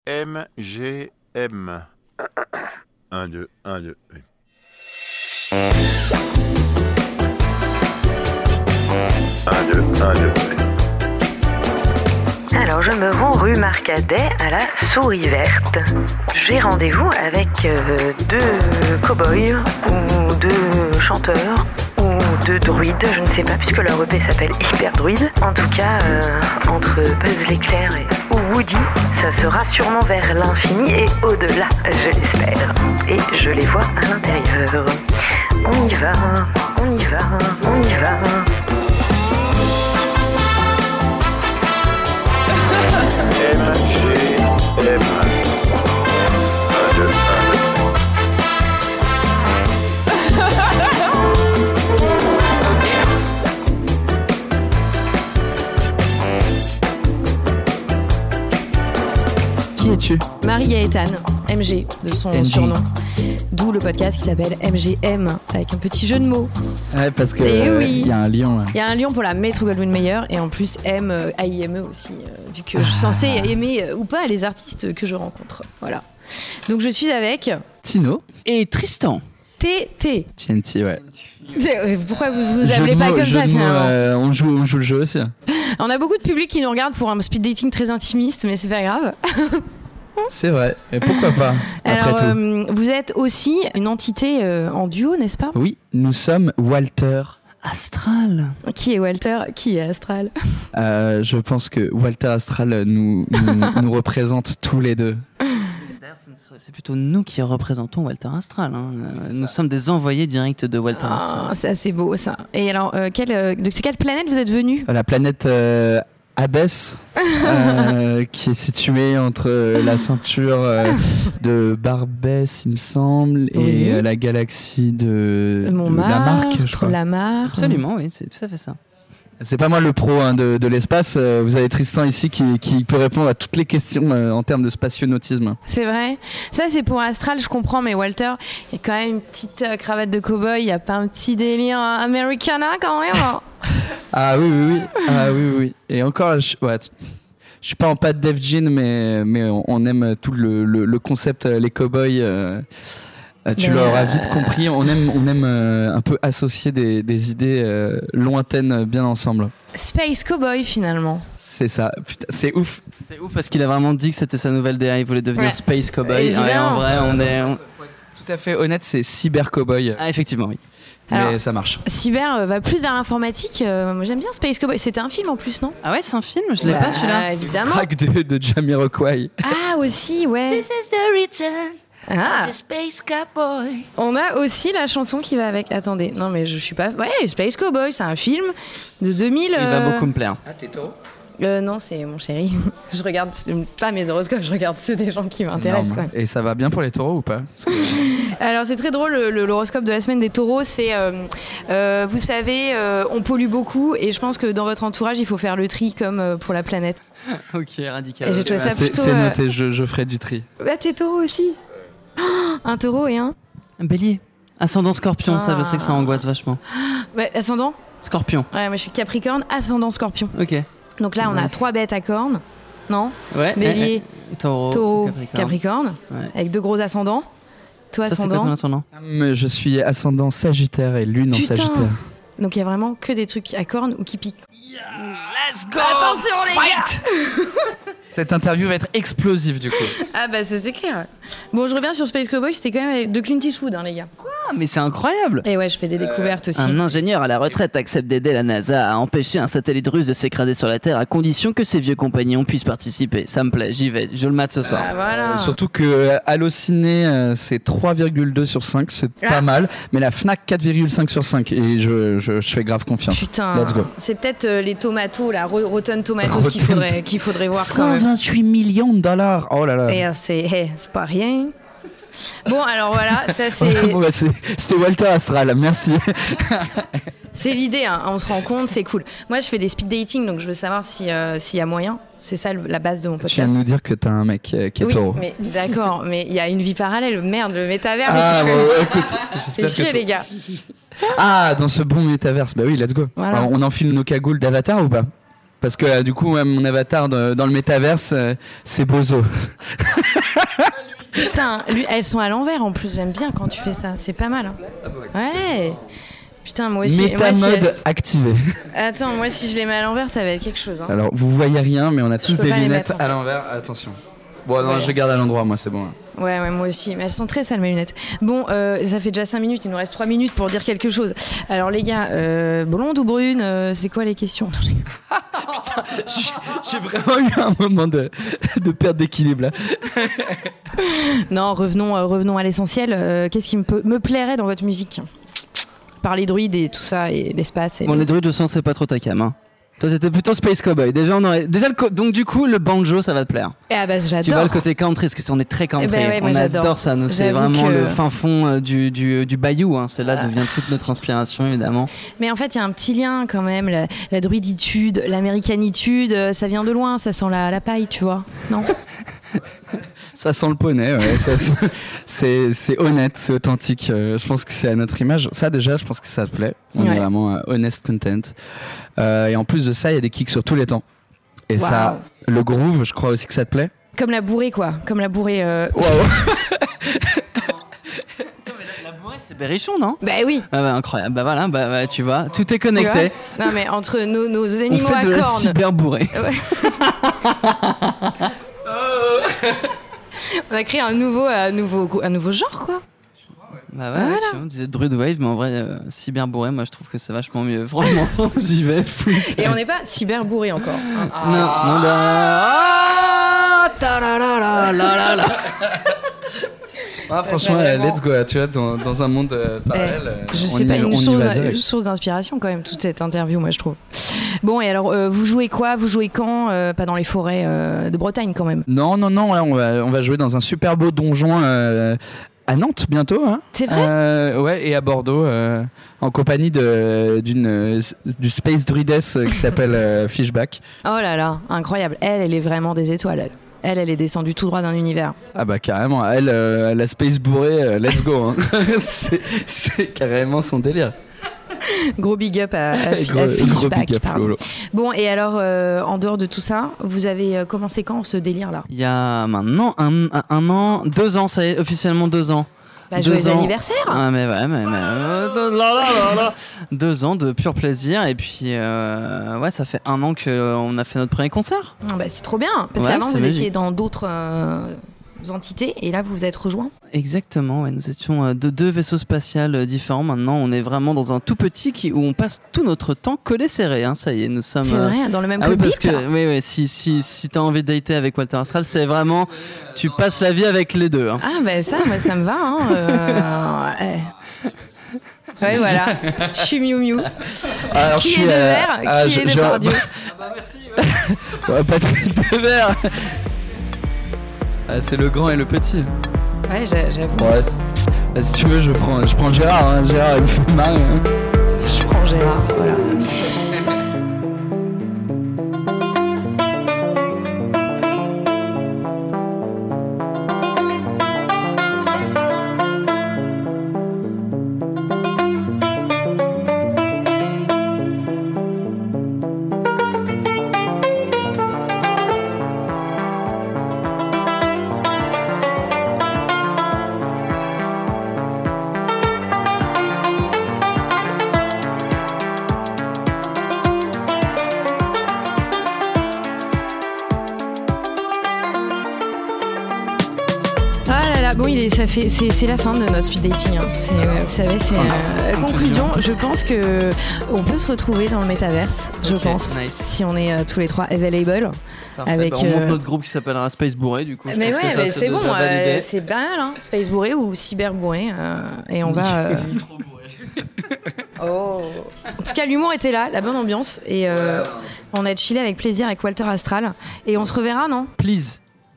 MGM. 1, 2, 1, 2. Alors, je me rends rue Marcadet à la Souris Verte. J'ai rendez-vous avec deux cow-boys ou deux chanteurs ou deux druides, je ne sais pas, puisque leur EP s'appelle Hyper Druide. En tout cas, entre Buzz l'éclair et Woody, ça sera sûrement vers l'infini et au-delà, je l'espère. Et je les vois à l'intérieur. On y va, on y va, on y va. MGM. 1, 2, 1, 2. Qui es-tu ? Marie-Gaëtane, MG de son MG. surnom. D'où le podcast qui s'appelle MGM, avec un petit jeu de mots. Ouais, parce que Eh oui. y a un lion. Là. Il y a un lion pour la Metro Goldwyn Mayer et en plus M, AIME aussi, vu que je suis censée aimer ou pas les artistes que je rencontre. Voilà. Donc je suis avec Tino Et Tristan. TT. TNT, ouais. Pourquoi vous Jeu appelez de pas mots, comme jeu ça de mots, finalement on joue le jeu aussi. On a beaucoup de public qui nous regarde pour un speed dating très intimiste, mais c'est pas grave. C'est vrai. Et pourquoi pas, après Alors, tout. vous êtes aussi une entité en duo, n'est-ce pas ? Oui, nous sommes Walter Astral. Qui est Walter ? Qui est Astral ? Je pense que Walter Astral nous représente tous les deux. D'ailleurs, c'est plutôt nous qui représentons Walter Astral. Hein. Nous sommes des envoyés directs de Walter Astral. Ça c'est beau ça. Et alors, de quelle planète vous êtes venu ? La planète Abbesse, qui est située entre la ceinture de Barbès, il me semble, Oui. et la galaxie de Montmartre, Lamarck, je crois. Lamarck. Absolument, oui, c'est tout à fait ça. C'est pas moi le pro de l'espace. Vous avez Tristan ici qui peut répondre à toutes les questions en termes de spationnautisme. C'est vrai. Ça c'est pour Astral, je comprends, mais Walter, il y a quand même une petite cravate de cow-boy, il n'y a pas un petit délire Americana quand même hein. Ah oui. Ah oui. Et encore, je suis pas en pâte Def Jam, mais on aime tout le concept, les cow-boys. Tu l'auras vite compris. On aime un peu associer des idées lointaines bien ensemble. Space Cowboy finalement. C'est ça. Putain, c'est ouf. C'est ouf parce qu'il a vraiment dit que c'était sa nouvelle DA, il voulait devenir Ouais. Space Cowboy. Évidemment. Ouais, en vrai, on est... Pour être tout à fait honnête, c'est Cyber Cowboy. Ah, effectivement, oui. Mais Alors, ça marche. Cyber va plus vers l'informatique. Moi j'aime bien Space Cowboy. C'était un film en plus, non ? Ah ouais, c'est un film, je l'ai pas celui-là. Évidemment. Track de Jamiroquai. Ah aussi, ouais. This is the return Ah. of the space cowboy. On a aussi la chanson qui va avec. Attendez, non mais je suis pas. Ouais, Space Cowboy, c'est un film de 2000. Il va beaucoup me plaire. Ah, t'es taureau. Non, c'est mon chéri. Je regarde pas mes horoscopes, je regarde ceux des gens qui m'intéressent quand même. Et ça va bien pour les taureaux ou pas? Parce que- Alors c'est très drôle, l'horoscope de la semaine des taureaux, c'est, vous savez, on pollue beaucoup et je pense que dans votre entourage, il faut faire le tri comme pour la planète. Ok, radical. Et j'ai trouvé ça c'est plutôt... c'est noté, je ferai du tri. Bah t'es taureau aussi. Oh, un taureau et un Bélier. Ascendant Scorpion, ça, je sais que ça angoisse vachement. ouais, ascendant. Scorpion. Ouais, moi je suis Capricorne, ascendant Scorpion. Ok. Donc là, on a Nice. 3 bêtes à cornes. Non. Ouais. Bélier, Taureau. taureau, Capricorne. Capricorne. Ouais. Avec 2 gros ascendants. Toi, Ça, c'est quoi ton ascendant. ascendant? Mais je suis ascendant Sagittaire et lune en Putain. Sagittaire. Donc il y a vraiment que des trucs à cornes ou qui piquent. Let's go! Attention les gars. Cette interview va être explosive du coup. Ah bah c'est clair. Bon, je reviens sur Space Cowboy, c'était quand même de Clint Eastwood, hein, les gars. Ah, mais c'est incroyable! Et ouais, je fais des découvertes aussi. Un ingénieur à la retraite accepte d'aider la NASA à empêcher un satellite russe de s'écraser sur la Terre à condition que ses vieux compagnons puissent participer. Ça me plaît, j'y vais, je le mate ce soir. Ah, voilà. Surtout que Allociné c'est 3,2 sur 5, c'est pas Ah. mal. Mais la Fnac 4,5 sur 5 et je fais grave confiance. Putain, Let's go. c'est peut-être les tomatos, la Rotten Tomatoes Rotten qu'il faudrait voir quand même. 128 millions de dollars. Oh là là. Et c'est pas rien. Bon, alors voilà, ça Bon, bah, c'était Walter Astral, merci. c'est l'idée, hein, on se rend compte, c'est cool. Moi, je fais des speed dating, donc je veux savoir s'il y a moyen. C'est ça la base de mon Tu viens podcast. de nous dire que t'as un mec qui est Oui, taureau. mais d'accord, mais il y a une vie parallèle. Merde, le métavers. Ah, mais ouais, c'est écoute, c'est j'espère chier, que les gars. Ah, dans ce bon métaverse, bah oui, let's go. Voilà. Alors, on enfile nos cagoules d'avatar ou pas? Parce que du coup, mon avatar dans le métaverse, c'est Bozo. Putain, elles sont à l'envers en plus. J'aime bien quand tu fais ça. C'est pas mal. Hein. Ouais. Putain, moi aussi. Méta-mode activé. Attends, moi si je les mets à l'envers, ça va être quelque chose. Hein. Alors, vous voyez rien, mais on a tous peux des pas les lunettes mettre, à l'envers. Attention. Bon, non, Ouais. je garde à l'endroit, moi, c'est bon. Ouais, moi aussi. Mais elles sont très sales, mes lunettes. Bon, ça fait déjà 5 minutes. Il nous reste 3 minutes pour dire quelque chose. Alors, les gars, blonde ou brune, c'est quoi les questions? J'ai vraiment eu un moment de perte d'équilibre là. Non, revenons à l'essentiel. Qu'est-ce qui me plairait dans votre musique? Par les druides et tout ça, et l'espace. Et Bon, les druides, je sens c'est pas trop ta cam. Hein. Toi, t'étais plutôt Space Cowboy. Déjà, donc du coup, le banjo, ça va te plaire. Ah bah, j'adore. Tu vois le côté country, parce que on est très country. Eh ben ouais, moi, on j'adore. adore ça. Nous, c'est J'avoue vraiment que- le fin fond du bayou. Hein. C'est là d'où vient toute notre inspiration, évidemment. Mais en fait, il y a un petit lien quand même. La druiditude, l'américanitude, ça vient de loin. Ça sent la paille, tu vois. Non? Ça sent le poney, ouais. C'est honnête, c'est authentique. Je pense que c'est à notre image. Ça, déjà, je pense que ça te plaît. On Ouais. est vraiment honest content. Et en plus de ça, il y a des kicks sur tous les temps. Et Waouh. ça, le groove, je crois aussi que ça te plaît. Comme la bourrée, quoi. Comme la bourrée. La bourrée, c'est berrichon, non? Bah oui. Ah bah, incroyable. Bah voilà, bah, tu vois, tout est connecté. Non, mais entre nos On animaux fait à de la cornes. cyberbourrée. On a créé un nouveau genre, quoi. Bah ouais, Voilà. tu vois, on disait Druid Wave, mais en vrai, cyberbourrée, moi je trouve que c'est vachement mieux. Franchement, j'y vais. Et on n'est pas cyber bourré encore. Hein. Non, non, ah, ta la la la la la. Ah, franchement, vraiment. let's go. Tu vois, dans un monde parallèle. Je on sais y- pas, on une y source, va direct. une source d'inspiration quand même, toute cette interview, moi je trouve. Bon, et alors, vous jouez quoi? Vous jouez quand? Pas dans les forêts de Bretagne quand même. Non, là, on va jouer dans un super beau donjon à Nantes bientôt. Hein. C'est vrai? Ouais, et à Bordeaux, en compagnie du Space Druidess qui s'appelle Fishback. Oh là là, incroyable. Elle est vraiment des étoiles. Elle est descendue tout droit d'un univers. Ah bah carrément, elle, la Space bourrée, let's go. Hein. c'est carrément son délire. Gros big up à Gros Fishback, big up, pardon. Lolo. Bon, et alors, en dehors de tout ça, vous avez commencé quand ce délire-là? Il y a maintenant un an, 2 ans, ça y est, officiellement 2 ans. Bah, 2 joyeux ans. anniversaire! Ah mais ouais, mais 2 ans de pur plaisir et puis ouais, ça fait 1 an qu'on a fait notre premier concert. Ah bah, c'est trop bien, parce Ouais, qu'avant c'est vous magique. étiez dans d'autres entités et là vous vous êtes rejoints. Exactement, ouais, nous étions de 2 vaisseaux spatials différents. Maintenant, on est vraiment dans un tout petit où on passe tout notre temps collé serré. Hein, ça y est, nous sommes. C'est vrai, dans le même Ah oui, cockpit. parce que oui, si t'as envie de dater avec Walter Astral, c'est vraiment tu passes la vie avec les deux. Hein. Ah bah ça, moi ça me va. Hein, ouais, voilà. Je suis Miu Miu. Alors, Qui est de verre? Qui est de Pardieu? Ouais, Patrick Devers. C'est le grand et le petit. Ouais, j'avoue. Ouais, si tu veux, je prends Gérard. Hein. Gérard, il me fait marrer. Hein. Je prends Gérard, voilà. Bon, c'est la fin de notre speed dating. Hein. Vous savez, c'est conclusion. Je pense que on peut se retrouver dans le métaverse. Je Ok, pense, nice. si on est tous les trois available. Parfait. Avec, Bah, on monte notre groupe qui s'appellera Space Bourré du coup. Je Mais pense ouais, que ça, mais c'est bon, déjà validé. c'est pas mal. Hein. Space bourré ou cyber bourré, et on va. Oh. En tout cas, l'humour était là, la bonne ambiance, et on a chillé avec plaisir avec Walter Astral, et on se reverra, non? Please.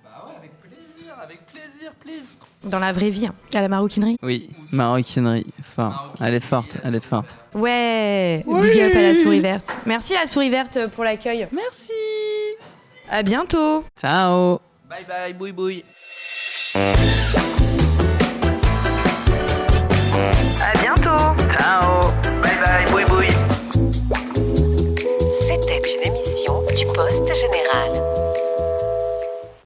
Please. Dans la vraie vie, à la maroquinerie. Oui, maroquinerie. Fort. Elle est forte, elle est forte. Ouais, big up à la souris verte. Merci la souris verte pour l'accueil. Merci. À bientôt. Ciao. Bye bye, boui boui. À bientôt. Ciao. Bye bye, boui boui. C'était une émission du générale.